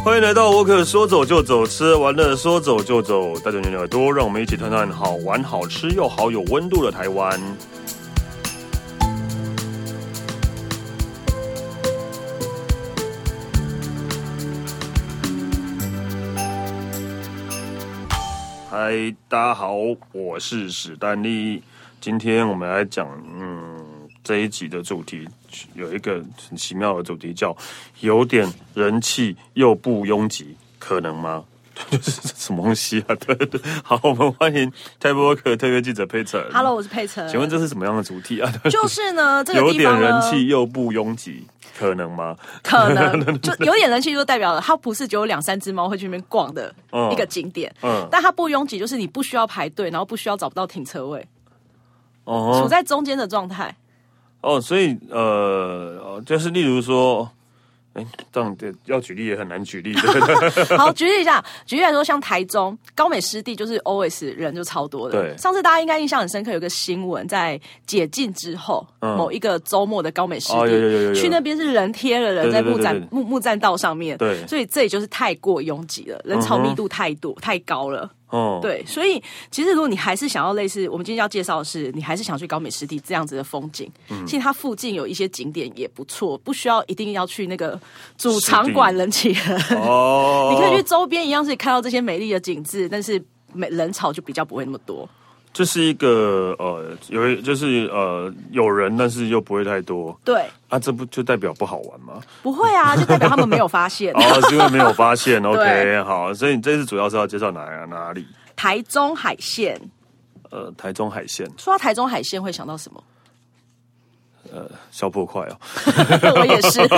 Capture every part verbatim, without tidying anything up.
欢迎来到沃克，说走就走，吃完了说走就走，带着你的耳朵，让我们一起探探好玩、好吃又好有温度的台湾。嗨，大家好，我是史丹利。今天我们来讲，嗯，这一集的主题有一个很奇妙的主题，叫有点人气又不拥挤，可能吗？就是什么东西啊？对对，好，我们欢迎台北沃克特约记者佩岑。 Hello， 我是佩岑。 请问这是什么样的主题啊？ 就是呢，这个有地方呢点人气又不拥挤，可能吗？ 可能就有点人气，就代表了它不是只有两三只猫会去那边逛的一个景点，嗯嗯、但它不拥挤，就是你不需要排队，然后不需要找不到停车位，哦，处在中间的状态。 哦，所以呃，就是例如说。哎，这样要举例也很难举例。 好，举例一下，举例来说，像台中高美湿地，就是 always 人就超多的。 对， 上次大家应该印象很深刻，有个新闻，在解禁之后，嗯、某一个周末的高美湿地，哦、有有有有有去那边是人贴了人在木栈木木栈道上面，对，所以这里就是太过拥挤了，人潮密度太多、嗯、太高了。哦，对，所以其实如果你还是想要类似我们今天要介绍的是，你还是想去高美湿地这样子的风景，嗯、其实它附近有一些景点也不错，不需要一定要去那个主场馆人挤人，哦，你可以去周边一样是看到这些美丽的景致，但是人潮就比较不会那么多。 这是一个呃，有就是呃有人，但是又不会太多。 对啊，这不就代表不好玩吗？ 不会啊，就代表他们没有发现。 哦，是因为没有发现。OK， 好，所以你这次主要是要介绍哪哪里？ 台中海线。 呃，台中海线。 说到台中海线，会想到什么？ 呃，消波块哦， 我也是，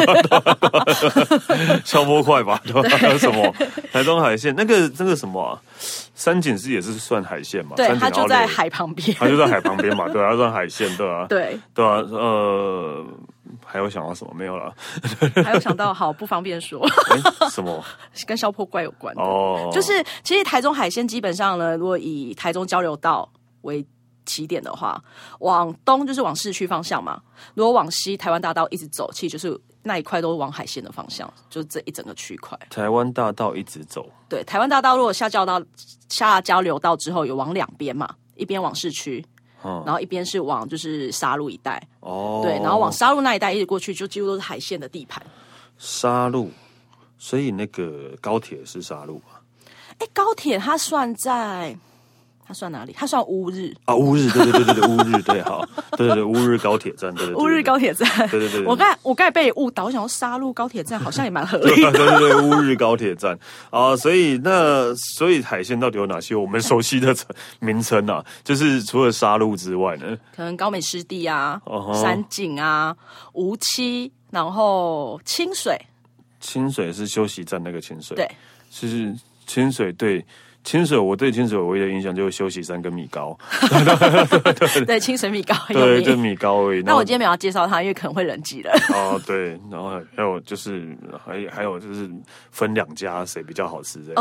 消波块吧？对，什么？台中海线那个那个什么、啊，三井是也是算海线嘛？ 对，它就在海旁边， 它就在海旁边嘛，对，它算海线，对啊， 对， 对啊，呃，还有想到什么没有啦？ 还有想到好不方便说， 欸、什么？ 跟消波块有关的哦， 就是其实台中海线基本上呢，如果以台中交流道为起点的话，往东就是往市区方向嘛。如果往西，台湾大道一直走，其实就是那一块都是往海线的方向，就是这一整个区块。 台湾大道一直走， 对，台湾大道如果下交道下交流道之后，有往两边嘛，一边往市区，嗯、然后一边是往就是沙鹿一带。哦，对，然后往沙鹿那一带一直过去，就几乎都是海线的地盘。 沙鹿，所以那个高铁是沙鹿嘛？ 哎，高铁它算在。它算哪里？它算乌日啊，乌日，对对对对对，乌日，对，好，对对对，乌日高铁站，对对， 乌日高铁站， 对对对， 我刚才我刚才被误导，我想说沙鹿高铁站好像也蛮合理的， 对对对，乌日高铁站啊，所以那所以海线到底有哪些我们熟悉的名称啊？就是除了沙鹿之外呢， 可能高美湿地啊、uh-huh. 山景啊、梧栖，然后清水， 清水是休息站那个清水， 对， 是清水对。清水，我对清水唯一的印象就是休息山跟米糕， 对，清水米糕有对，就米糕而已。 那我今天没有要介绍它，因为可能会人挤了。 哦，对，然后还有就是还还有就是分两家谁比较好吃这样。 哦，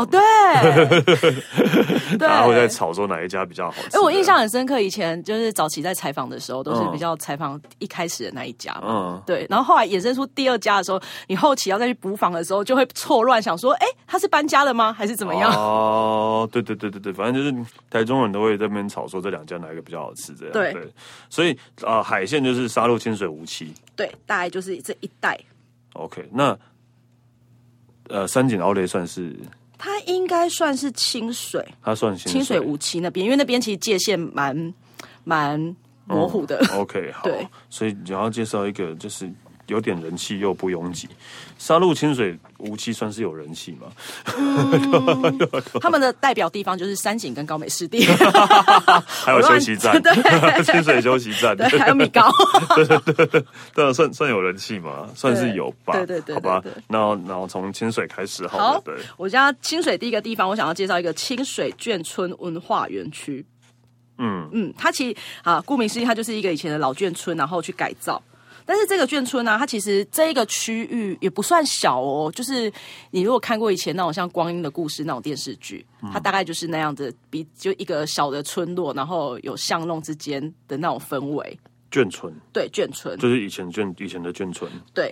对， 大家会在吵说哪一家比较好吃。 哎，我印象很深刻，以前就是早期在采访的时候，都是比较采访一开始的那一家嘛。嗯，对，然后后来衍生出第二家的时候，你后期要再去补访的时候，就会错乱，想说，哎，他是搬家了吗？还是怎么样？ 哦。哦，对对对对对，反正就是台中人都会在那边吵说这两家哪一个比较好吃这样。对，对所以啊、呃，海线就是沙鹿、清水、梧棲， 对，大概就是这一带。 OK， 那呃，三井奥莱算是？它应该算是清水， 它算清水清水梧棲那边，因为那边其实界限蛮蛮模糊的。 嗯、OK， 好，对，所以你要介绍一个就是。有点人气又不拥挤，沙鹿、清水、梧棲算是有人气吗？ 嗯、他们的代表地方就是山景跟高美湿地， 还有休息站，对，清水休息站， 对，还有米糕， 对对对对，对，算算有人气吗？算是有吧， 对对 对, 对, 对， 好吧。然后然后从清水开始好了，好，对， 我家清水第一个地方，我想要介绍一个清水眷村文化园区。嗯嗯，它其实啊，顾名思义，它就是一个以前的老眷村，然后去改造。但是这个眷村呢、啊，它其实这一个区域也不算小哦，就是你如果看过以前那种像《光阴的故事》那种电视剧，它大概就是那样子，比就一个小的村落，然后有巷弄之间的那种氛围。 眷村， 对，眷村就是以前眷以前的眷村， 对。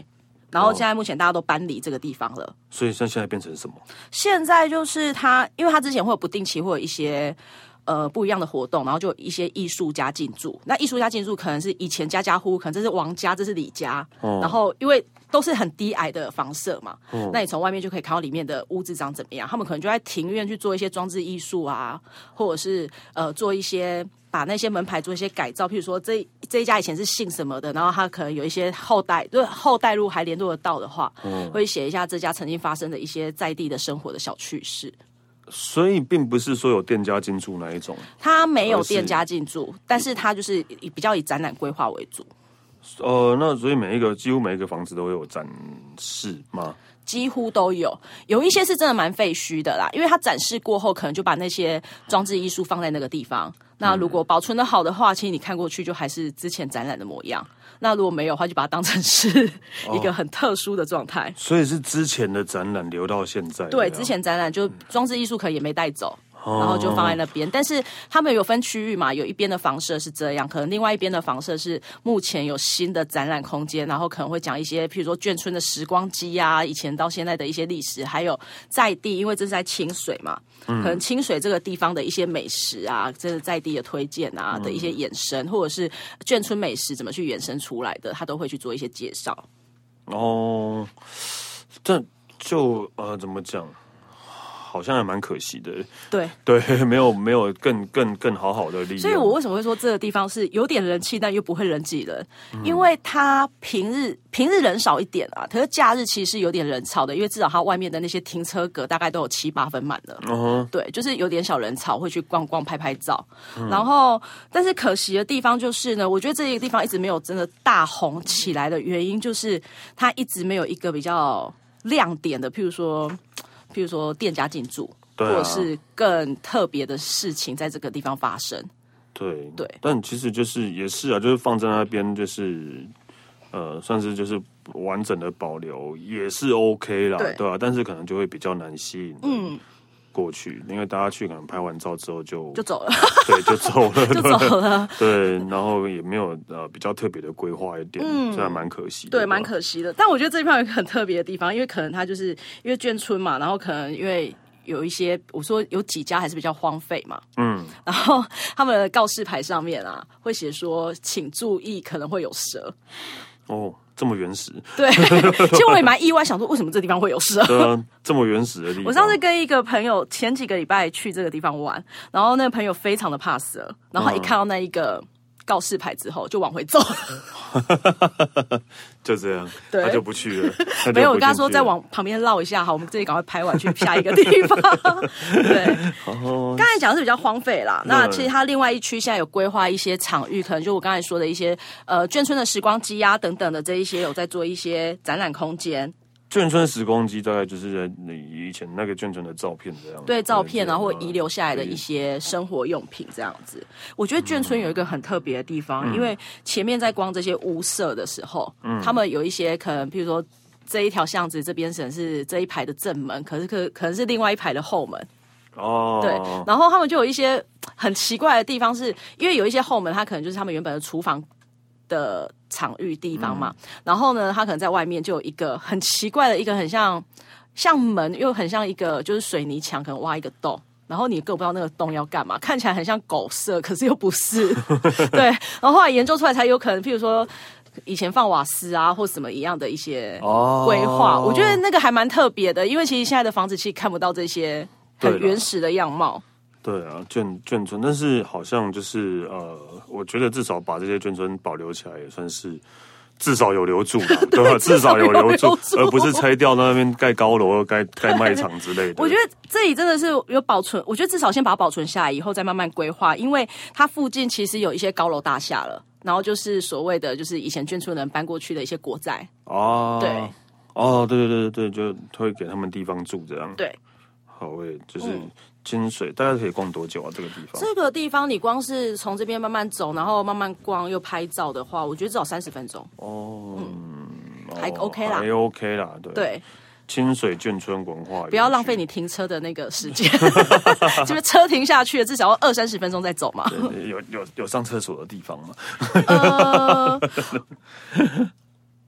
然后现在目前大家都搬离这个地方了。 所以像现在变成什么？ 现在就是它，因为它之前会有不定期会有一些。呃，不一样的活动，然后就有一些艺术家进驻。那艺术家进驻可能是以前家家户户，可能这是王家，这是李家。哦、然后因为都是很低矮的房舍嘛，哦、那你从外面就可以看到里面的屋子长怎么样。他们可能就在庭院去做一些装置艺术啊，或者是呃做一些把那些门牌做一些改造。譬如说这这一家以前是姓什么的，然后他可能有一些后代，就是后代路还联络得到的话，哦、会写一下这家曾经发生的一些在地的生活的小趣事。 所以并不是说有店家进驻那一种， 它没有店家进驻，但是它就是比较以展览规划为主。 呃，那所以每一个几乎每一个房子都会有展示吗？ 几乎都有，有一些是真的蛮废墟的啦，因为它展示过后，可能就把那些装置艺术放在那个地方。那如果保存的好的话，其实你看过去就还是之前展览的模样。那如果没有的话，就把它当成是一个很特殊的状态。哦、 所以是之前的展览留到现在。 对，之前展览就装置艺术可能也没带走。然后就放在那边，但是他们有分区域嘛，有一边的房舍是这样，可能另外一边的房舍是目前有新的展览空间，然后可能会讲一些，譬如说眷村的时光机啊，以前到现在的一些历史，还有在地，因为这是在清水嘛，嗯、可能清水这个地方的一些美食啊，这是在地的推荐啊的一些衍生，或者是眷村美食怎么去衍生出来的，他都会去做一些介绍。 哦，这就呃怎么讲？好像还蛮可惜的， 对对，没有没有更更更好好的利用。 所以我为什么会说这个地方是有点人气，但又不会人挤人？嗯、因为它平日平日人少一点啊，可是假日其实是有点人潮的，因为至少它外面的那些停车格大概都有七八分满了。嗯、对，就是有点小人潮，会去逛逛、拍拍照。嗯、然后，但是可惜的地方就是呢，我觉得这个地方一直没有真的大红起来的原因，就是它一直没有一个比较亮点的，譬如说。譬如说店家进驻，啊、或者是更特别的事情在这个地方发生。 对对， 但其实就是也是啊，就是放在那边就是呃，算是就是完整的保留也是 OK 啦，对对啊，但是可能就会比较难吸引嗯过去，因为大家去可能拍完照之后就就走了， 对，就走了， 就走了， 对，然后也没有呃比较特别的规划一点，嗯，这还蛮可惜的， 对，蛮可惜的。但我觉得这地方有一个很特别的地方，因为可能它就是因为眷村嘛，然后可能因为有一些我说有几家还是比较荒废嘛，嗯，然后他们的告示牌上面啊会写说，请注意可能会有蛇。 哦。这么原始， 对，其实我也蛮意外，想说为什么这地方会有蛇？ 对啊，这么原始的地方。 我上次跟一个朋友前几个礼拜去这个地方玩，然后那个朋友非常的怕蛇，然后一看到那一个告示牌之后就往回走了， 就这样，对，他就不去了。 没有，我跟他说再往旁边绕一下，好，我们这里赶快拍完去下一个地方。对，刚才讲的是比较荒废啦。那其实它另外一区现在有规划一些场域，可能就我刚才说的一些呃眷村的时光机啊等等的这一些有在做一些展览空间。 眷村时光机大概就是在以前那个眷村的照片这样， 对，照片啊，或遗留下来的一些生活用品这样子。我觉得眷村有一个很特别的地方，嗯、因为前面在光这些屋舍的时候，嗯、他们有一些可能，比如说这一条巷子这边可能是这一排的正门，可是可可能是另外一排的后门。哦，对，然后他们就有一些很奇怪的地方是，因为有一些后门，它可能就是他们原本的厨房的场域地方嘛，嗯、然后呢，它可能在外面就有一个很奇怪的一个很像像门，又很像一个就是水泥墙，可能挖一个洞，然后你根本不知道那个洞要干嘛，看起来很像狗舍，可是又不是。对，然后后来研究出来才有可能，譬如说以前放瓦斯啊或什么一样的一些规划，哦、我觉得那个还蛮特别的，因为其实现在的房子其实看不到这些很原始的样貌。 对啊，眷眷村，但是好像就是呃，我觉得至少把这些眷村保留起来，也算是至少有留住啦，对吧？至少有留住，而不是拆掉那边盖高楼、盖盖卖场之类的。 我觉得这里真的是有保存，我觉得至少先把它保存下来，以后再慢慢规划，因为它附近其实有一些高楼大厦了，然后就是所谓的就是以前眷村人搬过去的一些国宅哦， 对， 哦，对对对对，就会给他们地方住这样。 对， 好诶，就是。嗯清水大概可以逛多久啊？这个地方， 这个地方你光是从这边慢慢走，然后慢慢逛又拍照的话，我觉得至少三十分钟。哦，嗯，还 OK 啦， 还 OK 啦，对。 对， 清水眷村文化， 不要浪费你停车的那个时间，这边车停下去了，至少要二三十分钟再走嘛。 对对，有有有上厕所的地方吗？ 呃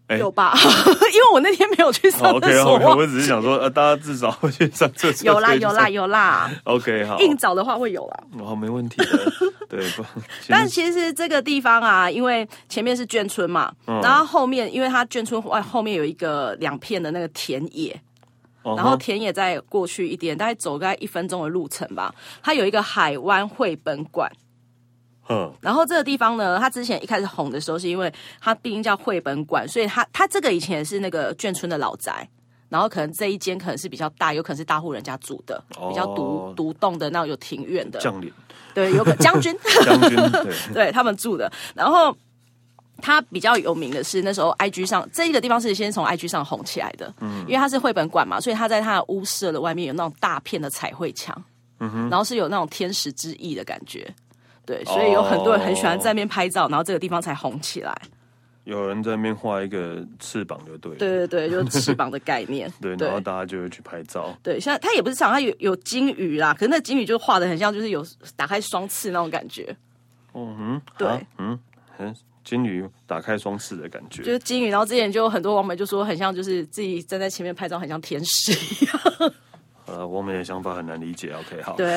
欸、有吧？因为我那天没有去上厕所。 OK， 我只是想说，呃，大家至少会去上厕所。 有啦，有啦，有啦。 OK， 好。 硬找的话会有啦。 好，没问题的。对， 但其实这个地方啊，因为前面是眷村嘛，嗯、然后后面因为它眷村外后面有一个两片的那个田野。然后田野再过去一点，大概走大概一分钟的路程吧。它有一个海湾绘本馆，嗯，然后这个地方呢，它之前一开始红的时候，是因为它毕竟叫绘本馆，所以它它这个以前也是那个眷村的老宅，然后可能这一间可能是比较大，有可能是大户人家住的，哦、比较独独栋的那种有庭院的将领， 对，有个将军， 将军对， 对他们住的，然后。它比较有名的是那时候 I G 上这一个地方是先从 I G 上红起来的，嗯，因为它是绘本馆嘛，所以它在它的屋舍的外面有那种大片的彩绘墙，嗯哼，然后是有那种天使之翼的感觉，对，所以有很多人很喜欢在那边拍照，然后这个地方才红起来。 有人在那边画一个翅膀就对了， 对对对，就是翅膀的概念， 对，然后大家就会去拍照。 对，现在它也不是长，它有有金鱼啦，可是那金鱼就画的很像，就是有打开双翅那种感觉。 嗯哼， 对， 啊、嗯嗯。金鱼打开双翅的感觉， 就是金鱼。然后之前就有很多网美就说，很像就是自己站在前面拍照，很像天使一样。 呃，网美的想法很难理解。OK， 好。 对，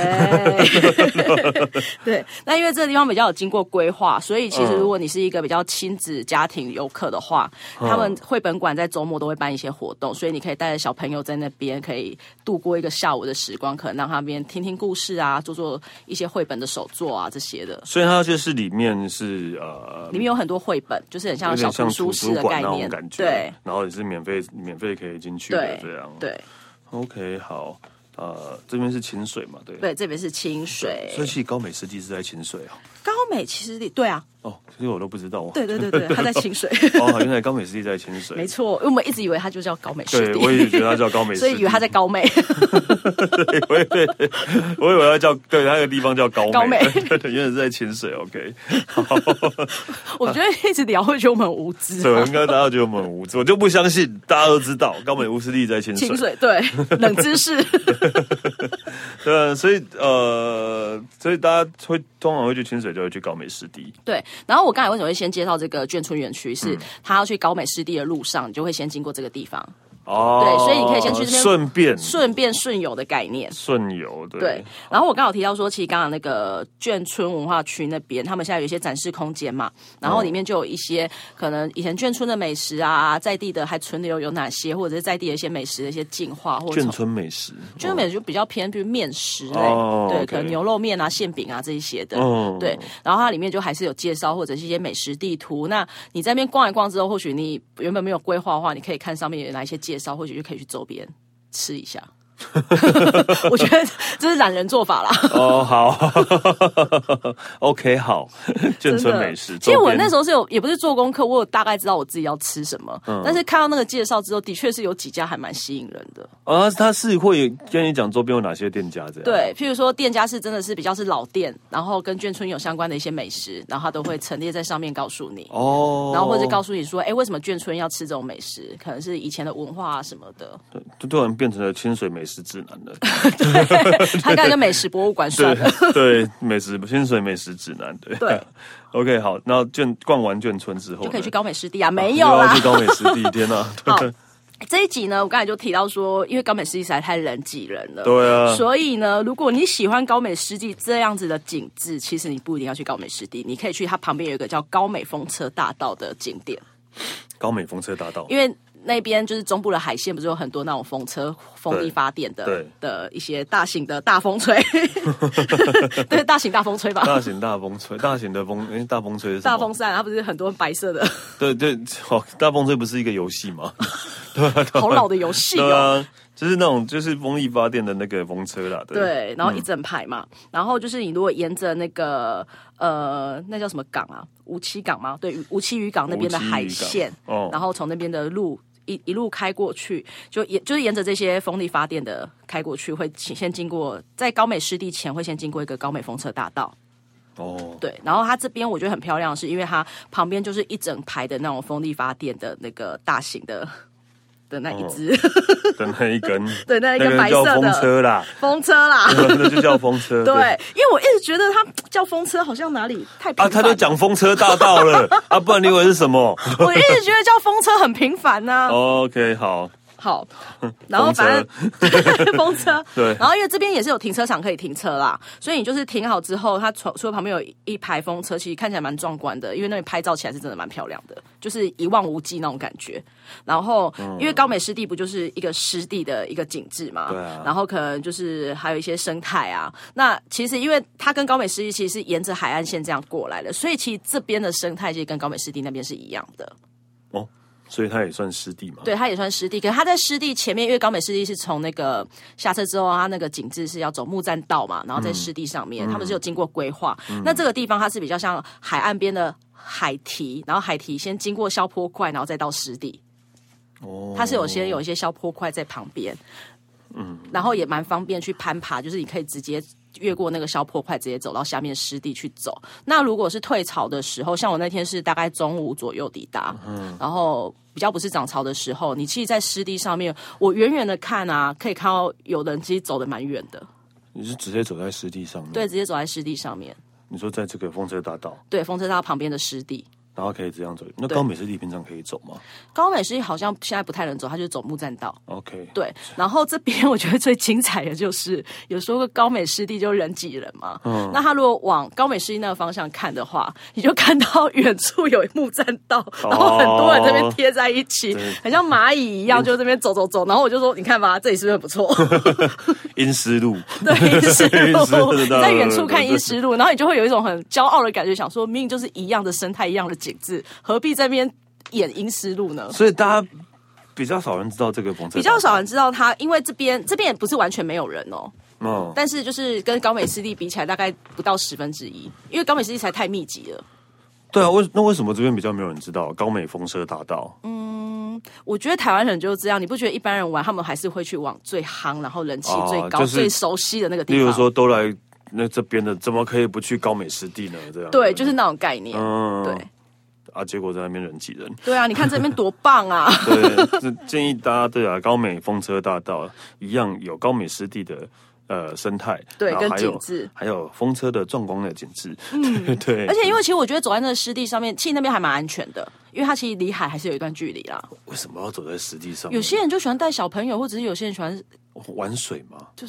对。那因为这个地方比较有经过规划，所以其实如果你是一个比较亲子家庭游客的话，嗯、他们绘本馆在周末都会办一些活动，所以你可以带着小朋友在那边可以度过一个下午的时光，可能让他们听听故事啊，做做一些绘本的手作啊这些的。 所以它就是里面是呃， 里面有很多绘本，就是很像小图书室的概念， 感觉对。然后也是免费免费可以进去的这样。 对。 OK， 好，呃，这边是清水嘛，对， 对，这边是清水， 所以其实高美湿地是在清水啊。 高美其实地，对啊， 哦，其实我都不知道哦。 对对对对，它在清水。 哦，原来高美湿地在清水， 没错，因为我们一直以为它就叫高美湿地， 对，我也觉得它叫高美湿地， 所以以为它在高美。 对，我也我以为它叫对，那个地方叫高美， 高美， 对对，原来是在清水。OK， 我觉得一直聊会觉得我们很无知， 对，应该大家觉得我们很无知，我就不相信，大家都知道高美湿地在清水， 清水对，冷知识。 对，所以呃，所以大家会通常会去清水，就会去高美湿地。 对，然后我刚才为什么会先介绍这个眷村园区？是他要去高美湿地的路上，你就会先经过这个地方。 哦， 对，所以你可以先去这边顺便顺便顺游的概念， 顺游对。 对，然后我刚好提到说，其实刚刚那个眷村文化区那边，他们现在有一些展示空间嘛，然后里面就有一些可能以前眷村的美食啊，在地的还存留有哪些，或者是在地的一些美食的一些进化，或者眷村美食， 眷村美食就比较偏比如面食类， 哦、 对， okay 可能牛肉面啊、馅饼啊这一些的， 哦、 对，然后它里面就还是有介绍或者是一些美食地图。那你在那边逛一逛之后，或许你原本没有规划的话，你可以看上面有哪一些介绍，或许就可以去周边吃一下。我觉得这是懒人做法啦。 哦，好，OK， 好，眷村美食。 其实我那时候是有，也不是做功课，我有大概知道我自己要吃什么，嗯、但是看到那个介绍之后，的确是有几家还蛮吸引人的。 啊，他是会跟你讲周边有哪些店家这样？ 对，譬如说店家是真的是比较是老店，然后跟眷村有相关的一些美食，然后他都会陈列在上面告诉你。哦，然后或者告诉你说，哎，为什么眷村要吃这种美食？可能是以前的文化啊什么的。 对，就突然变成了清水美食指南了。 对，他跟一个美食博物馆算了。 对，对美食清水美食指南。对。 对 OK， 好，那眷逛完眷村之后， 就可以去高美湿地啊？没有啦， 去高美湿地，天哪！ 好，这一集呢，我刚才就提到说，因为高美湿地实在太人挤人了， 对啊， 所以呢，如果你喜欢高美湿地这样子的景致，其实你不一定要去高美湿地，你可以去它旁边有一个叫高美风车大道的景点。 高美风车大道， 因为那边就是中部的海线，不是有很多那种风车、风力发电的的一些大型的大风吹，对，大型大风吹吧， 大型大风吹，大型的风，哎，大风吹是什么？ 大风扇，它不是很多白色的？ 对对，哦，大风吹不是一个游戏吗？ 对，好老的游戏哦。 对啊，就是那种就是风力发电的那个风车啦。对， 对，然后一整排嘛，嗯、然后就是你如果沿着那个呃，那叫什么港啊？梧栖港吗？对，梧栖渔港那边的海线，哦、然后从那边的路。一一路开过去，就沿就是沿着这些风力发电的开过去，会先经过在高美湿地前会先经过一个高美风车大道。哦，对，然后它这边我觉得很漂亮，是因为它旁边就是一整排的那种风力发电的那个大型的的那一只， 哦、的那一根， 对，那一根白色的那个叫风车啦， 风车啦， 那就叫风车。 对，对因为我一直觉得它叫风车好像哪里太平凡了啊， 他就讲风车大道了啊，不然你以为是什么？ 我一直觉得叫风车很平凡呐、啊。 OK， 好。 好，然后反正风车， 对， 然后因为这边也是有停车场可以停车啦，所以你就是停好之后，它除除了旁边有一排风车，其实看起来蛮壮观的，因为那里拍照起来是真的蛮漂亮的，就是一望无际那种感觉。然后，嗯、因为高美湿地不就是一个湿地的一个景致嘛， 对啊， 然后可能就是还有一些生态啊。那其实因为它跟高美湿地其实是沿着海岸线这样过来的，所以其实这边的生态其实跟高美湿地那边是一样的。 哦。所以它也算湿地嘛？ 对，它也算湿地。可是它在湿地前面，因为高美湿地是从那个下车之后，它那个景致是要走木栈道嘛，然后在湿地上面，嗯、他们是有经过规划。嗯、那这个地方它是比较像海岸边的海堤，然后海堤先经过消坡块，然后再到湿地。哦，它是有些有一些消坡块在旁边，嗯，然后也蛮方便去攀爬，就是你可以直接越过那个消坡块，直接走到下面湿地去走。那如果是退潮的时候，像我那天是大概中午左右抵达，嗯，然后比较不是涨潮的时候，你其实，在湿地上面，我远远的看啊，可以看到有人其实走得蛮远的。 你是直接走在湿地上面？ 对，直接走在湿地上面。 你说在这个风车大道？ 对，风车大道旁边的湿地。 然后可以这样走，那高美湿地平常可以走吗？ 高美湿地好像现在不太能走，它就是走木栈道。 OK， 对。然后这边我觉得最精彩的就是有说过高美湿地就人挤人嘛，嗯，那他如果往高美湿地那个方向看的话，你就看到远处有木栈道，然后很多人这边贴在一起，哦、很像蚂蚁一样，就这边走走走。然后我就说，你看吧，这里是不是很不错？ 阴湿路， 对，阴湿路，你在远处看阴湿路，然后你就会有一种很骄傲的感觉，想说明明就是一样的生态，一样的景致，何必在那边演阴湿路呢？ 所以大家比较少人知道这个风车， 比较少人知道它，因为这边这边也不是完全没有人哦。哦，但是就是跟高美湿地比起来，大概不到十分之一，因为高美湿地才太密集了。 对啊，为那为什么这边比较没有人知道高美风车大道？ 嗯，我觉得台湾人就是这样，你不觉得一般人玩，他们还是会去往最夯，然后人气最高、啊就是、最熟悉的那个地方？ 例如说，都来那这边的，怎么可以不去高美湿地呢？这样对，就是那种概念。嗯，对。 啊！结果在那边人挤人。 对啊，你看这边多棒啊！ 对，建议大家对啊，高美风车大道一样有高美湿地的呃生态， 对，跟景致， 还有风车的壮观的景致。嗯，对。 而且因为其实我觉得走在那个湿地上面，其实那边还蛮安全的，因为它其实离海还是有一段距离啦。 为什么要走在湿地上？ 有些人就喜欢带小朋友，或者是有些人喜欢玩水嘛， 就是。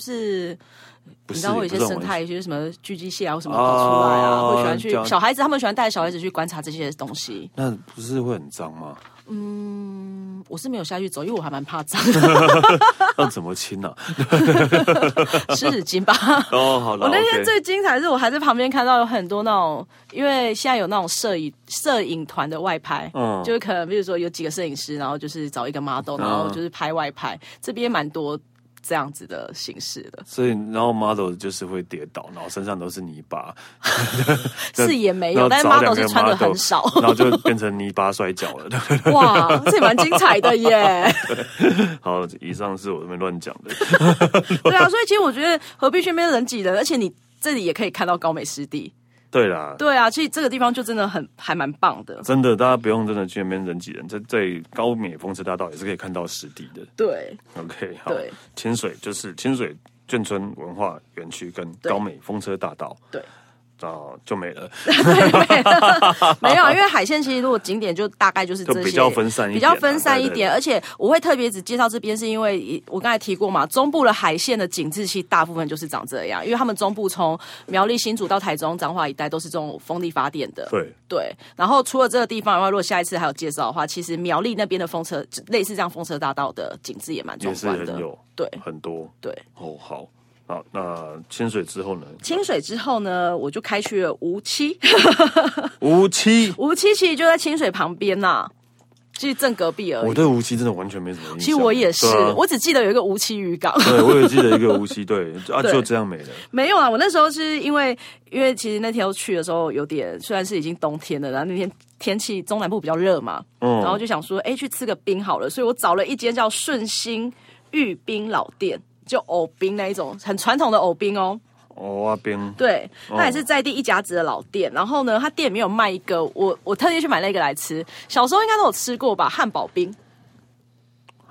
你知道会有一些生态，一些什么巨蜥蟹啊，或什么跑出来啊，会喜欢去小孩子，他们喜欢带小孩子去观察这些东西。 那不是会很脏吗？ 嗯，我是没有下去走，因为我还蛮怕脏的。 那怎么清啊？ 湿纸巾吧。 哦，好了。 我那天最精彩的是，我还在旁边看到有很多那种，因为现在有那种摄影摄影团的外拍，嗯，就是可能比如说有几个摄影师，然后就是找一个 model， 然后就是拍外拍，这边蛮多。这样子的形式的， 所以然后 model 就是会跌倒，然后身上都是泥巴， 是也没有，但是 model 是穿的很少， 然后就变成泥巴摔跤了。 哇，这也蛮精彩的耶！ 好，以上是我这边乱讲的。 对啊，所以其实我觉得何必去那边人挤人，而且你这里也可以看到高美湿地。 对啦， 对啊，其实这个地方就真的很还蛮棒的， 真的，大家不用真的去那边人挤人，在在高美风车大道也是可以看到湿地的。 对 ，OK， 好，清水就是清水眷村文化园区跟高美风车大道， 对。 哦，就没了。 对，没了，没有，因为海线其实如果景点就大概就是这些， 就比较分散一点， 比较分散一点。而且我会特别只介绍这边，是因为我刚才提过嘛，中部的海线的景致其实大部分就是长这样，因为他们中部从苗栗、新竹到台中、彰化一带都是这种风力发电的。 对对。然后除了这个地方的话，如果下一次还有介绍的话，其实苗栗那边的风车类似这样风车大道的景致也蛮壮观的， 也是很有，对，很多， 对。 哦，好。好，那清水之后呢？ 清水之后呢，我就开去了梧栖。 梧栖， 梧栖其实就在清水旁边呐、啊，其实正隔壁而已。 我对梧栖真的完全没什么印象。 其实我也是，啊、我只记得有一个梧栖渔港。 对，我也记得一个梧栖，对啊，就这样没了。 没有啊，我那时候是因为，因为其实那天去的时候有点，虽然是已经冬天了，然后那天天气中南部比较热嘛，嗯，然后就想说，哎，去吃个冰好了，所以我找了一间叫顺兴玉冰老店。就藕冰那一种很传统的藕冰哦， 藕啊冰， 对，它也是在地一甲子的老店。然后呢，它店里面有卖一个，我我特地去买了一个来吃。小时候应该都有吃过吧，汉堡冰。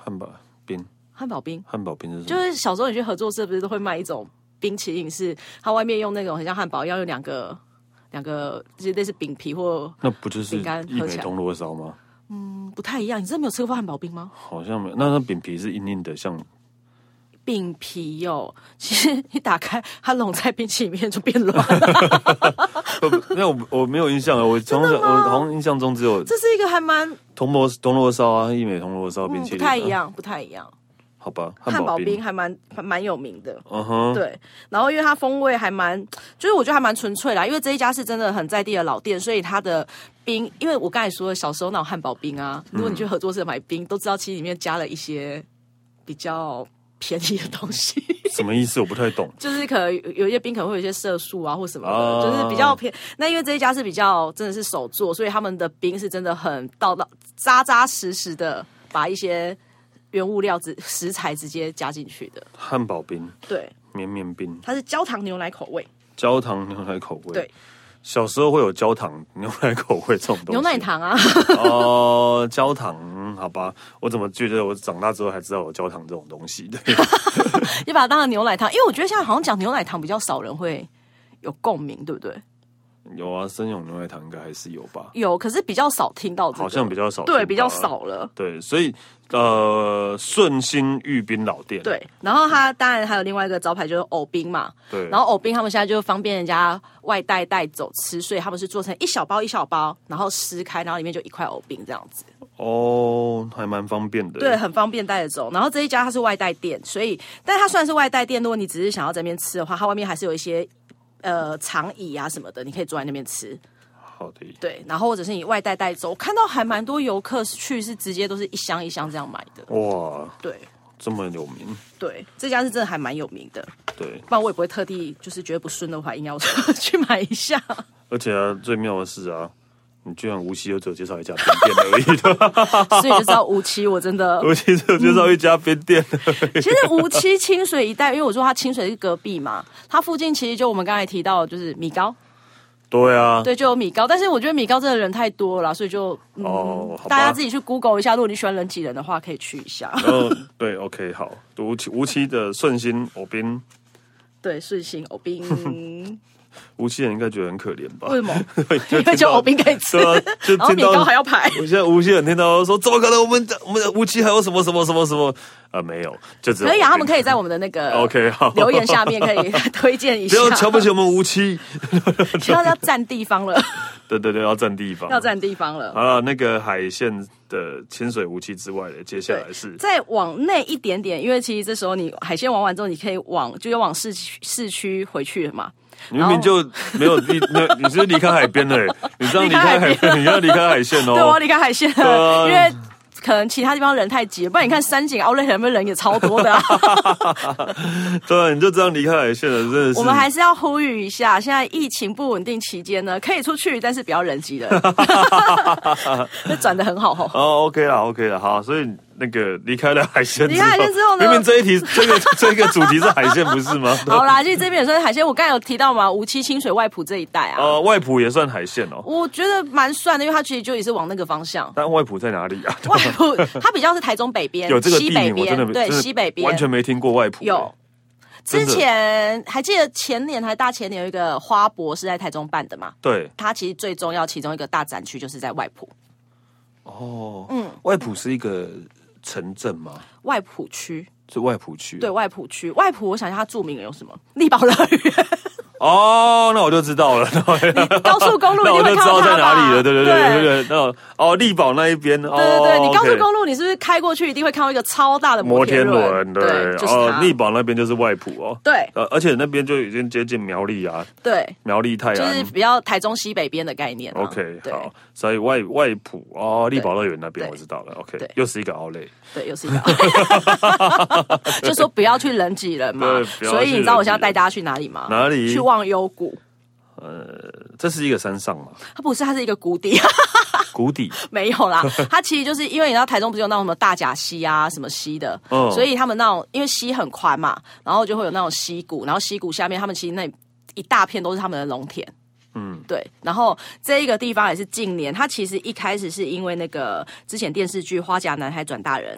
汉堡冰， 汉堡冰， 汉堡冰是什么？ 就是小时候你去合作社不是都会卖一种冰淇淋，是它外面用那种很像汉堡一样有两个两个，就是类似饼皮或那不就是一美铜锣烧吗？ 嗯，不太一样。你真的没有吃过汉堡冰吗？ 好像没有。那那饼皮是硬硬的，像饼皮哦。其实一打开，它融在冰淇淋里面就变软了。 那我我没有印象了。我从小我好像印象中只有这是一个还蛮铜锣铜锣烧啊，一美铜锣烧冰淇淋、 嗯，不太一样，不太一样。 好吧， 汉堡冰还蛮还蛮有名的， 嗯哼， 对。然后因为它风味还蛮，就是我觉得还蛮纯粹啦。因为这一家是真的很在地的老店，所以它的冰，因为我刚才说的小时候那种汉堡冰啊，如果你去合作社买冰，嗯、都知道其实里面加了一些比较便宜的东西。 什么意思？我不太懂。 就是可能有一些冰可能会有一些色素啊或什么的，啊、就是比较偏。那因为这一家是比较真的是手做，所以他们的冰是真的很到到扎扎实实的把一些原物料食材直接加进去的汉堡冰， 对， 绵绵冰， 它是焦糖牛奶口味， 焦糖牛奶口味， 对。 小时候会有焦糖牛奶口味这种东西， 牛奶糖啊， 哦、呃，焦糖，好吧，我怎么觉得我长大之后才知道有焦糖这种东西的？ 你把它当成牛奶糖，因为我觉得现在好像讲牛奶糖比较少人会有共鸣，对不对？ 有啊，生永牛奶糖应该还是有吧？ 有，可是比较少听到、这个， 好像比较少， 对，比较少了。 对，所以呃，顺心玉冰老店， 对，然后它当然还有另外一个招牌就是藕冰嘛， 对， 然后藕冰他们现在就方便人家外带带走吃，所以他们是做成一小包一小包，然后撕开，然后里面就一块藕冰这样子。 哦，还蛮方便的， 对，很方便带着走。然后这一家它是外带店，所以，但它虽然是外带店，如果你只是想要在那边吃的话，它外面还是有一些。呃，长椅啊什么的，你可以坐在那边吃。 好的。 对，然后或者是你外带带走，我看到还蛮多游客去是直接都是一箱一箱这样买的。 哇， 对， 这么有名。 对，这家是真的还蛮有名的。 对， 不然我也不会特地就是觉得不顺的话，硬要去买一下。 而且啊，最妙的是啊。你居然无锡又只有介绍一家冰店而已的， 所以就知道无锡我真的无锡只有介绍一家冰店而已、 嗯。其实无锡清水一带，因为我说它清水是隔壁嘛，它附近其实就我们刚才提到的就是米糕。 对啊， 对，就有米糕，但是我觉得米糕真的人太多了，所以就、嗯、哦，大家自己去 Google 一下，如果你喜欢人挤人的话，可以去一下。 哦，对 ，OK， 好，无锡无锡的顺心藕冰， 对，顺心藕冰。 无锡人应该觉得很可怜吧？ 为什么？因为就藕冰可以吃，啊、然后米糕还要排。 我现在无锡人听到说，怎么可能？我们我们无锡还有什么什么什么什么？啊、呃，没有，就只有可以啊，他们可以在我们的那个 OK 好留言下面可以推荐一下。 不要瞧不起我们无锡， 现在要占地方了。 对对对，要占地方， 要占地方了。 好了，那个海线的清水无锡之外的，接下来是再往内一点点，因为其实这时候你海线玩完之后，你可以往就要往市区市区回去了嘛。 你明明就没有离，你是离开海边了，你这样离开海边，你要离开海线哦。 对，我要离开海线了，啊、因为可能其他地方人太挤了，不然你看山景奥莱那边人也超多的、啊。 对啊，你就这样离开海线了，真的是。 我们还是要呼吁一下，现在疫情不稳定期间呢，可以出去，但是不要人挤人。那转得很好哦。 哦 ，OK 啦 ，OK 啦，好，所以。那个离开了海鲜， 离开海鲜之后呢？ 明明这一题，这个这个主题是海鲜，不是吗？ 好啦，其实这边也算海鲜。我刚才有提到嘛，无锡清水外埔这一带啊， 呃，外埔也算海鲜哦。 我觉得蛮算的，因为它其实就也是往那个方向。 但外埔在哪里啊？ 外埔它比较是台中北边， 有这个地名，我真的对西北边完全没听过外埔。 有，之前还记得前年还大前年有一个花博是在台中办的嘛？ 对， 它其实最重要其中一个大展区就是在外埔。 哦，嗯，外埔是一个。城镇吗？ 外埔区是外埔区， 对外埔区。外埔，我想一下，它著名的有什么？力宝乐园。 哦，那我就知道了。 高速公路， 那我就知道在哪里了。对对对对对对。那哦，力宝那一边。 对对对，你高速公路，你是不是开过去一定会看到一个超大的摩天轮？ 对，哦，力宝那边就是外埔哦。 对， 呃，而且那边就已经接近苗栗啊。 对， 苗栗泰安就是比较台中西北边的概念。 OK， 好，所以外外埔哦，力宝乐园那边我知道了。OK， 又是一个奥莱。 对，又是一个。就说不要去人挤人嘛。所以你知道我现在带大家去哪里吗？ 哪里？ 去忘忧谷。 呃，这是一个山上嘛？ 它不是，它是一个谷底。 谷底没有啦，它其实就是因为你知道台中不是有那种什么大甲溪啊什么溪的，嗯、所以他们那种因为溪很宽嘛，然后就会有那种溪谷，然后溪谷下面他们其实那一大片都是他们的农田。嗯，对。然后这一个地方也是近年，它其实一开始是因为那个之前电视剧《花甲男孩转大人》。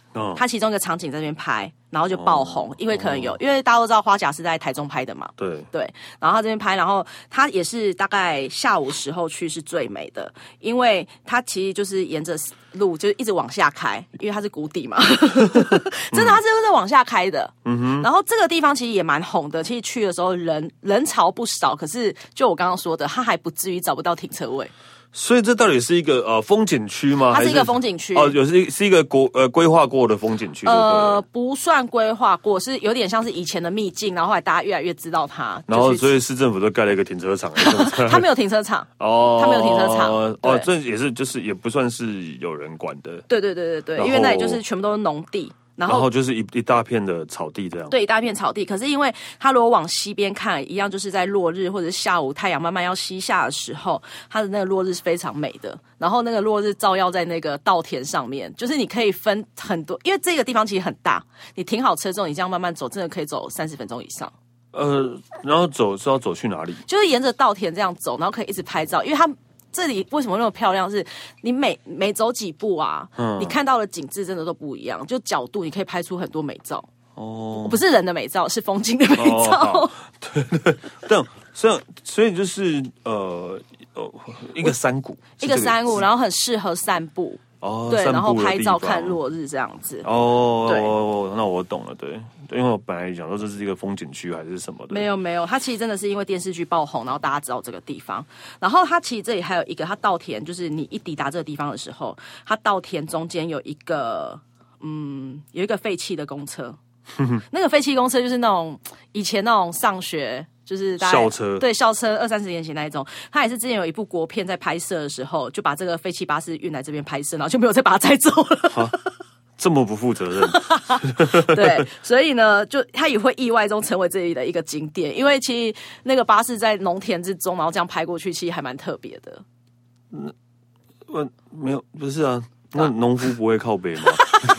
哦，它其中一个场景在那边拍，然后就爆红，哦、因为可能有，哦、因为大家都知道花甲是在台中拍的嘛， 对对，然后他这边拍，然后他也是大概下午时候去是最美的，因为他其实就是沿着路就一直往下开，因为它是谷底嘛，真的它是在往下开的，嗯哼，然后这个地方其实也蛮红的，其实去的时候人人潮不少，可是就我刚刚说的，它还不至于找不到停车位。 所以这到底是一个呃风景区吗？ 它是一个风景区哦，有是是一个国呃规划过的风景区。 呃，不算规划过，是有点像是以前的秘境，然后后来大家越来越知道它。 然后所以市政府都盖了一个停车场。 它没有停车场哦，它没有停车场哦，这也是就是也不算是有人管的。 对对对对对，因为那里就是全部都是农地。然后, 然后就是一一大片的草地这样， 对，一大片草地。可是因为它如果往西边看，一样就是在落日或者下午太阳慢慢要西下的时候，它的那个落日是非常美的。然后那个落日照耀在那个稻田上面，就是你可以分很多，因为这个地方其实很大，你停好车之后，你这样慢慢走，真的可以走三十分钟以上。 呃，然后走是要走去哪里？ 就是沿着稻田这样走，然后可以一直拍照，因为它。这里为什么那么漂亮？是你每每走几步啊，嗯、你看到的景致真的都不一样，就角度你可以拍出很多美照。哦，不是人的美照，是风景的美照。 哦、对对，但所以所以就是呃呃一个山谷， 一个山谷，然后很适合散步。 哦， 对，然后拍照看落日这样子。 哦，对，那我懂了，对，因为我本来想说这是一个风景区还是什么的。 没有没有，它其实真的是因为电视剧爆红，然后大家知道这个地方。然后它其实这里还有一个，它稻田，就是你一抵达这个地方的时候，它稻田中间有一个，嗯，有一个废弃的公车。那个废弃公车就是那种以前那种上学。就是校车， 对，校车二三十年前那一种，他也是之前有一部国片在拍摄的时候，就把这个废弃巴士运来这边拍摄，然后就没有再把它载走了。 这么不负责任。 对，所以呢，就他也会意外中成为这里的一个景点，因为其实那个巴士在农田之中，然后这样拍过去，其实还蛮特别的。 嗯，我没有，不是啊。那农夫不会靠北吗？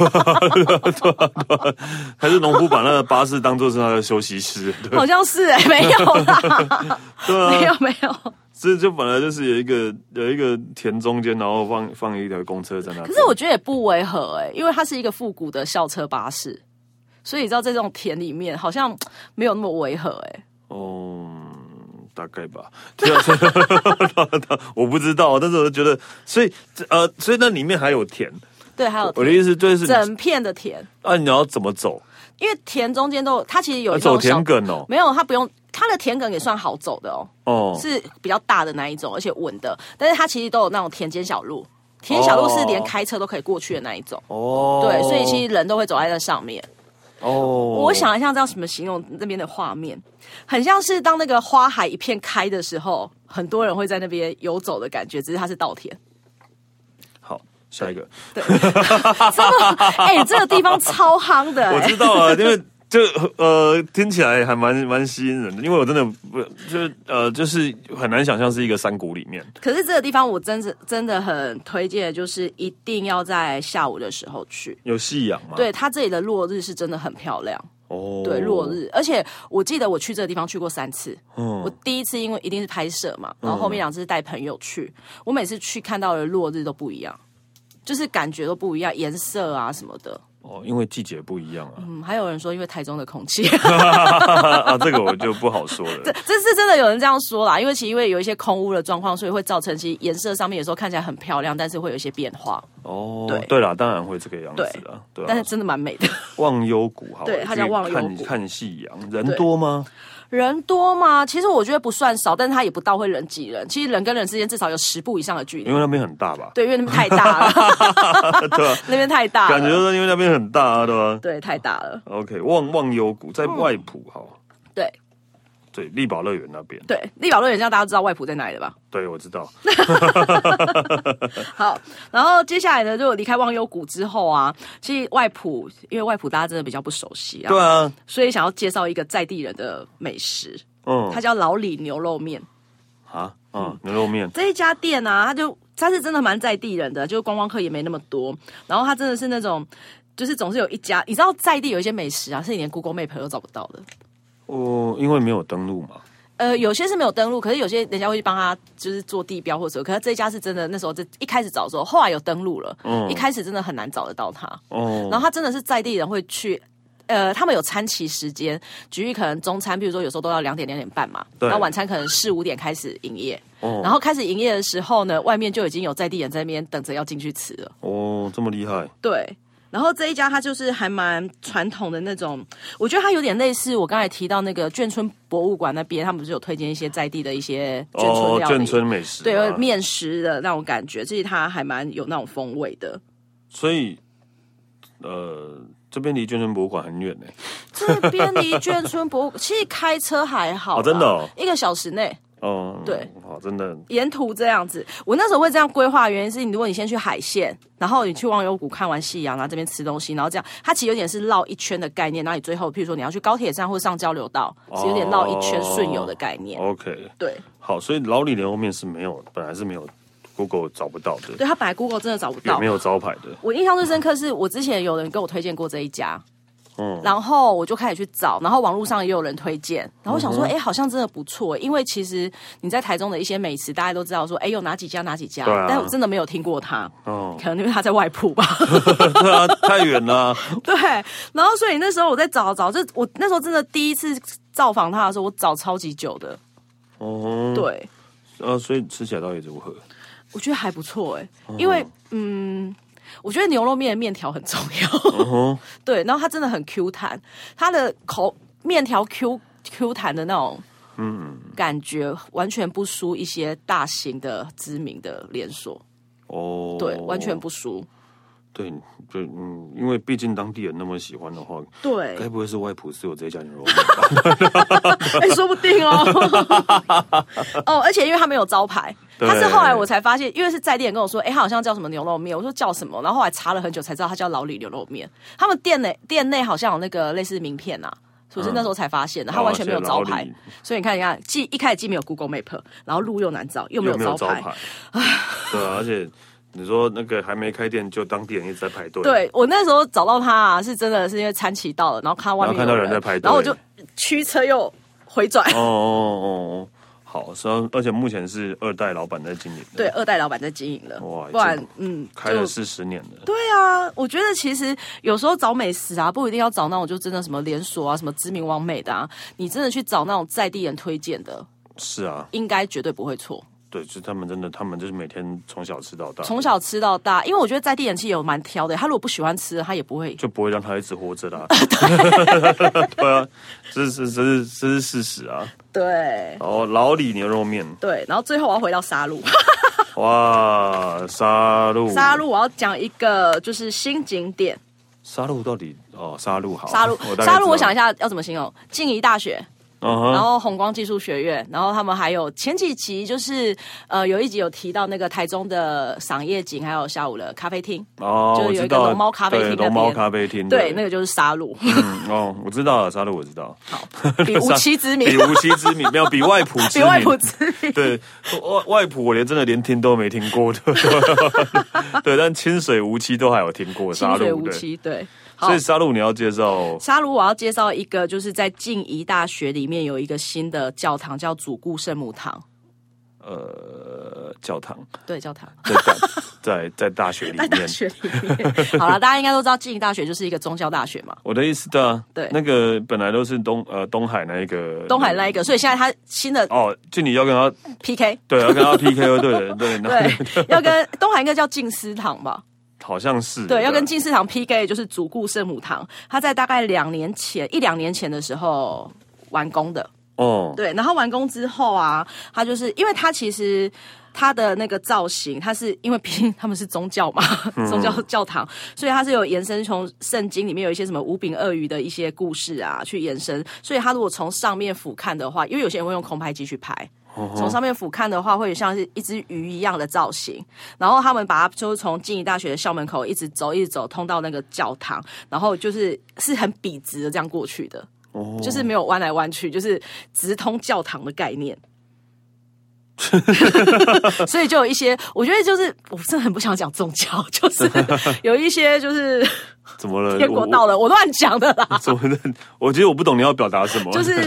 还是农夫把那个巴士当作是他的休息室？ 好像是哎、欸，没有啦， 对啊， 没有没有。 这就本来就是有一个有一个田中间，然后放放一条公车在那。 可是我觉得也不违和哎、欸，因为它是一个复古的校车巴士，所以你知道在这种田里面好像没有那么违和哎、欸。 哦。大概吧，我不知道，但是我就觉得，所以呃，所以那里面还有田， 对，还有田我的意思就是整片的田啊，你要怎么走？ 因为田中间都，它其实有一种、啊、走田埂哦， 没有，它不用，它的田埂也算好走的哦，哦，是比较大的那一种，而且稳的，但是它其实都有那种田间小路，田间小路是连开车都可以过去的那一种，哦，对，所以其实人都会走在那上面。哦，我想一下，这样怎么形容那边的画面？很像是当那个花海一片开的时候，很多人会在那边游走的感觉，只是它是稻田。 好，下一个。 对，真的，哎、欸，这个地方超夯的、欸。 我知道啊，因为就呃听起来还蛮蛮吸引人的，因为我真的不就呃就是很难想象是一个山谷里面。 可是这个地方我真的真的很推荐的，就是一定要在下午的时候去。 有夕阳吗？ 对，它这里的落日是真的很漂亮。哦，对，落日，而且我记得我去这个地方去过三次。嗯，我第一次因为一定是拍摄嘛，然后后面两次是带朋友去，我每次去看到的落日都不一样，就是感觉都不一样，颜色啊什么的。 哦，因为季节不一样啊。 嗯，还有人说因为台中的空气啊，这个我就不好说了。 这这是真的有人这样说啦，因为其实因为有一些空污的状况，所以会造成其实颜色上面有时候看起来很漂亮，但是会有一些变化。哦，对对啦，当然会这个样子啊，对啊， 但是真的蛮美的。 忘忧谷，好， 对，它叫忘忧谷。 看看夕阳，人多吗？ 人多吗？其实我觉得不算少，但是它也不到会人挤人。其实人跟人之间至少有十步以上的距离。 因为那边很大吧？ 对，因为那边太大了。对吧？那边太大了， 感觉说因为那边很大啊，对吧？ 对，太大了。 OK， 忘忘忧谷在外埔，好、嗯。 对。 对，力宝乐园那边。 对，力宝乐园现在大家知道外埔在哪里了吧？ 对，我知道。 好，然后接下来呢，就离开忘忧谷之后啊，其实外埔，因为外埔大家真的比较不熟悉啊， 对啊， 所以想要介绍一个在地人的美食，嗯，它叫老李牛肉面。 啊，嗯，牛肉面这一家店啊，它就它是真的蛮在地人的，就是观光客也没那么多，然后它真的是那种，就是总是有一家，你知道在地有一些美食啊，是你连 Google Map 都找不到的。 哦，因为没有登录嘛。 呃，有些是没有登录，可是有些人家会去帮他就是做地标或者，可是这一家是真的那时候这一开始找的时候，后来有登录了，嗯，一开始真的很难找得到他，哦，然后他真的是在地人会去，呃，他们有餐期时间，举例可能中餐，比如说有时候都要两点两点半嘛，然后晚餐可能四五点开始营业，哦，然后开始营业的时候呢，外面就已经有在地人在那边等着要进去吃了， 哦，这么厉害， 对。然后这一家它就是还蛮传统的那种，我觉得它有点类似我刚才提到那个眷村博物馆那边，他们不是有推荐一些在地的一些眷村料理、 哦、眷村美食， 对，面食的那种感觉，其实它还蛮有那种风味的。 所以，呃，这边离眷村博物馆很远呢。 这边离眷村博物馆其实开车还好， 哦，真的、哦， 一个小时内。 哦， 对， 好，真的， 沿途这样子。我那时候会这样规划，原因是，如果你先去海线，然后你去忘忧谷看完夕阳，然后这边吃东西，然后这样，它其实有点是绕一圈的概念。然后你最后，譬如说你要去高铁站或上交流道，是有点绕一圈顺游的概念。 哦、OK， 对， 好，所以老李牛肉面是没有，本来是没有 Google 找不到的。 对，它本来 Google 真的找不到， 也没有招牌的。 我印象最深刻是我之前有人跟我推荐过这一家。嗯，然后我就开始去找，然后网络上也有人推荐，然后我想说，哎、嗯，好像真的不错，因为其实你在台中的一些美食，大家都知道说，哎，有哪几家哪几家，啊、但我真的没有听过他，哦，可能因为他在外埔吧， 对啊，太远了。 对，然后所以那时候我在找找，就我那时候真的第一次造访他的时候，我找超级久的，哦，对， 呃，所以吃起来到底如何？ 我觉得还不错哎、欸，因为嗯。我觉得牛肉面的面条很重要， uh-huh. 对，然后它真的很 Q 弹，它的口面条 Q Q 弹的那种感觉，完全不输一些大型的知名的连锁，哦、oh. ，对，完全不输。 对，就嗯，因为毕竟当地人那么喜欢的话， 对， 该不会是外埔是有这家牛肉面吧？ 哎、欸，说不定哦。哦，而且因为他没有招牌，他是后来我才发现，因为是在地人跟我说，哎、欸，他好像叫什么牛肉面，我说叫什么，然后后来查了很久才知道他叫老李牛肉面。他们店内店内好像有那个类似名片啊。所以是那时候才发现的，他完全没有招牌，哦、所以你看，你看，既一开始既没有 Google Map， 然后路又难找，又没有招牌， 对啊，而且你说那个还没开店，就当地人一直在排队。 对，我那时候找到他啊，是真的是因为餐期到了，然后看到外面有人， 然后看到人在排队， 然后我就驱车又回转。 哦哦哦。好，而且目前是二代老板在经营。 对，二代老板在经营了。哇，不然嗯， 开了四十年了。 对啊，我觉得其实有时候找美食啊，不一定要找那种就真的什么连锁啊、什么知名网美的啊，你真的去找那种在地人推荐的。 是啊， 应该绝对不会错。 对，就是他们真的，他们就是每天从小吃到大， 从小吃到大。因为我觉得在地人其实有蛮挑的，他如果不喜欢吃，他也不会， 就不会让他一直活着啦。对, 对啊，这是这是这是事实啊。 对， 然后老李牛肉面， 对，然后最后我要回到沙鹿。 哇，沙鹿， 沙鹿，我要讲一个就是新景点。 沙鹿到底哦，沙鹿好， 沙鹿，沙鹿，我想一下要怎么形容？静宜大学。Uh-huh. 然后弘光技术学院，然后他们还有前几集就是呃有一集有提到那个台中的赏夜景，还有下午的咖啡厅哦，就是有一个龙猫咖啡厅， 龙猫咖啡厅， 对，那个就是沙鹿。 嗯哦，我知道了，沙鹿我知道。 好，比无期之名， 比无期之名，没有比外埔之名， 比外埔之名。 对，外外埔我连真的连听都没听过的。对，但清水无期都还有听过沙鹿。 清水无期，对。 所以沙鹿你要介绍沙鹿，我要介绍一个，就是在静宜大学里面有一个新的教堂，叫主顾圣母堂。 呃，教堂， 对，教堂在在在大学里面， 大学里面。好了，大家应该都知道静宜大学就是一个宗教大学嘛。 我的意思对啊， 对， 那个本来都是东呃东海那一个， 东海那一个，所以现在他新的哦，就你要跟他 P K， 对，要跟他 P K， 对对对对，要跟东海应该叫静思堂吧。 好像是对，要跟静思堂 P K， 就是主顾圣母堂，他在大概两年前一两年前的时候完工的哦。对，然后完工之后啊，他就是因为他其实他的那个造型，他是因为毕竟他们是宗教嘛，嗯、宗教教堂，所以他是有延伸从圣经里面有一些什么五饼二鱼的一些故事啊去延伸，所以他如果从上面俯瞰的话，因为有些人会用空拍机去拍。从上面俯瞰的话，会像是一只鱼一样的造型。然后他们把它就是从静宜大学的校门口一直走，一直走，通到那个教堂，然后就是是很笔直的这样过去的，哦、就是没有弯来弯去，就是直通教堂的概念。所以就有一些，我觉得就是我真的很不想讲宗教，就是有一些就是怎么了？ 天国到了，我乱讲的啦。 怎么了？我觉得我不懂你要表达什么， 就是。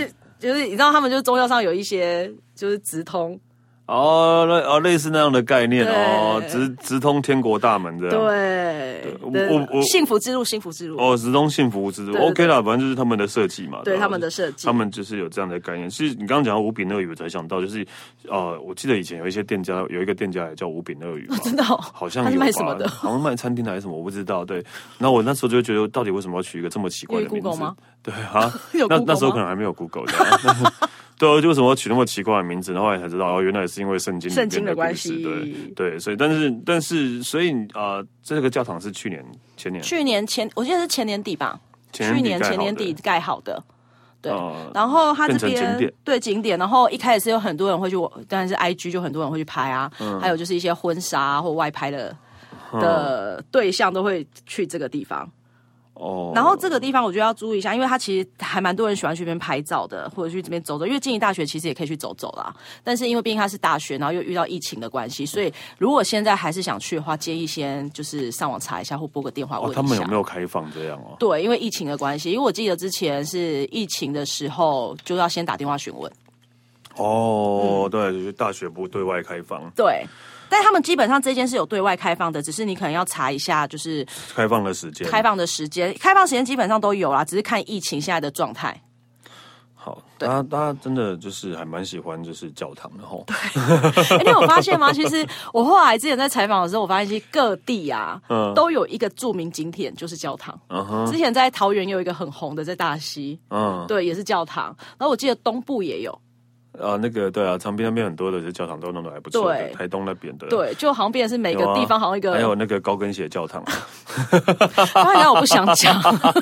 就是你知道他们就是宗教上有一些就是直通。 哦，那哦，类似那样的概念哦，直直通天国大门这样。 对，我我幸福之路，幸福之路。 哦，直通幸福之路 ，OK 啦，反正就是他们的设计嘛。 对，他们的设计， 他们就是有这样的概念。其实你刚刚讲到五饼鳄鱼，我才想到，就是呃，我记得以前有一些店家，有一个店家也叫五饼鳄鱼， 我知道， 好像有卖什么的， 好像卖餐厅还是什么，我不知道。对，然后我那时候就觉得，到底为什么要取一个这么奇怪的名字？ 吗？ 对啊，那那时候可能还没有 Google 的。对啊，就为什么要取那么奇怪的名字？然后后来才知道，哦，原来是因为圣经圣经的关系。 对对，所以但是但是所以啊、呃，这个教堂是去年前年去年前我记得是前年底吧， 前去年前年底盖好的。对， 呃、 然后它这边景点对景点，然后一开始是有很多人会去，当然是 I G 就很多人会去拍啊，嗯、还有就是一些婚纱或外拍的的对象都会去这个地方。哦，然后这个地方我觉得要注意一下，因为它其实还蛮多人喜欢去这边拍照的，或者去这边走走。因为静宜大学其实也可以去走走啦，但是因为毕竟它是大学，然后又遇到疫情的关系，所以如果现在还是想去的话，建议先就是上网查一下或拨个电话问一下。 哦，他们有没有开放这样哦？ 对，因为疫情的关系，因为我记得之前是疫情的时候就要先打电话询问。 哦，嗯、对，就是大学不对外开放。 对。但他们基本上这间是有对外开放的，只是你可能要查一下，就是开放的时间。 开放的时间，开放时间基本上都有啦，只是看疫情现在的状态。 好，大家大家真的就是还蛮喜欢就是教堂的吼。 对，哎、欸，你有发现吗？其实我后来之前在采访的时候，我发现其实各地啊，嗯，都有一个著名景点就是教堂。嗯哼，之前在桃园有一个很红的，在大溪，嗯，对，也是教堂。然后我记得东部也有。 啊，那个对啊，长滨那边很多的这教堂都弄得还不错的，台东那边的， 对，就好像变成是每个地方好像一个， 还有那个高跟鞋教堂， 当然我不想讲，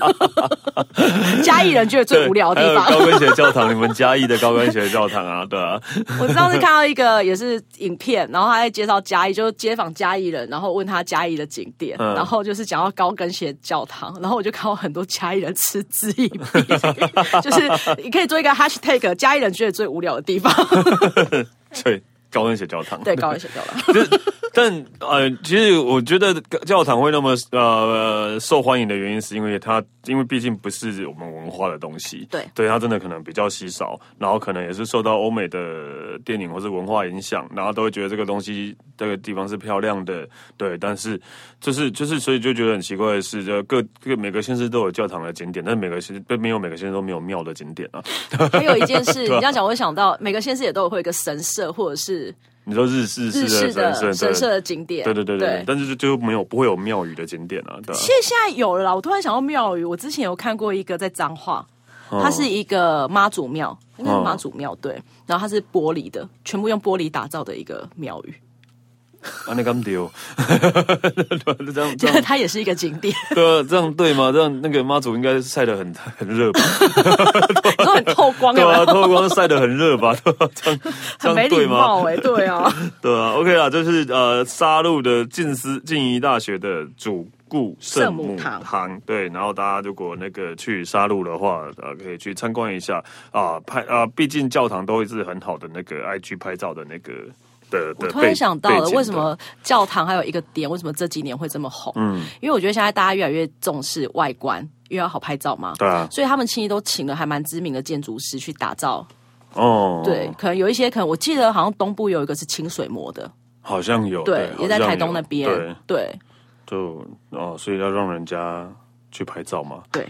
嘉义人觉得最无聊的地方， 高跟鞋教堂，你们嘉义的高跟鞋教堂啊，对啊， 我上次看到一个也是影片，然后他在介绍嘉义，就是街访嘉义人，然后问他嘉义的景点，嗯、然后就是讲到高跟鞋教堂，然后我就看到很多嘉义人嗤之以鼻，就是你可以做一个 hashtag 嘉义人觉得最无聊的地方对，高跟鞋教堂， 对，高跟鞋教堂。 但呃，其实我觉得教堂会那么呃受欢迎的原因，是因为它，因为毕竟不是我们文化的东西， 对， 对，它真的可能比较稀少，然后可能也是受到欧美的电影或是文化影响，然后都会觉得这个东西这个地方是漂亮的，对，但是就是就是，所以就觉得很奇怪的是，就各各每个县市都有教堂的景点，但每个县没有每个县市都没有庙的景点啊。 还有一件事，你这样讲，我会想到每个县市也都会有一个神社或者是。 你说日式日式的神神社的景点， 对对对 对, 对，但是就没有不会有庙宇的景点啊。对啊， 其实现在有了啦，我突然想到庙宇，我之前有看过一个在彰化，它是一个妈祖庙，应该是妈祖庙，对，然后它是玻璃的，全部用玻璃打造的一个庙宇。 啊，那干丢， 这样，就是它也是一个景点。 对啊，这样对吗？这样那个妈祖应该晒得很很热吧？ 都很透光， 对啊，透光晒得很热吧？对吧？这样很没礼貌哎，对啊， 对啊 ，OK 啦，就是呃，沙鹿的静思静宜大学的主顾圣母堂，对，然后大家如果那个去沙鹿的话，呃，可以去参观一下啊，拍啊，毕竟教堂都是很好的那个 I G 拍照的那个。 我突然想到了，为什么教堂还有一个点，为什么这几年会这么红？嗯，因为我觉得现在大家越来越重视外观，因为要好拍照嘛。 对啊， 所以他们其实都请了还蛮知名的建筑师去打造。哦，对，可能有一些，可能我记得好像东部有一个是清水模的， 好像有， 对，也在台东那边， 对， 对， 就哦，所以要让人家去拍照嘛， 对。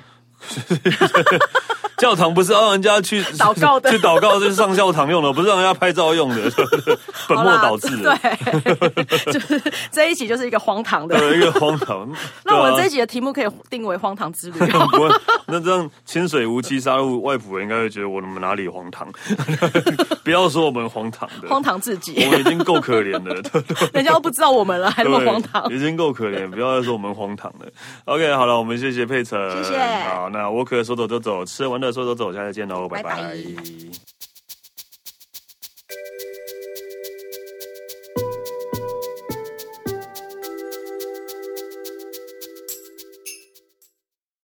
教堂不是让人家去祷告的， 去祷告是上教堂用的，不是让人家拍照用的，本末倒置。 对，就是这一集就是一个荒唐的， 对，一个荒唐。 那我们这一集的题目可以定为荒唐之旅。 那这样清水无期杀入外埔人应该会觉得我们哪里荒唐？不要说我们荒唐的， 荒唐至极， 我们已经够可怜了。 人家都不知道我们了，还那么荒唐， 已经够可怜，不要再说我们荒唐了。OK， 好了，我们谢谢佩岑， 谢谢。 好，那我可说走就走，吃完的说走走，下次见喽，拜拜。拜拜。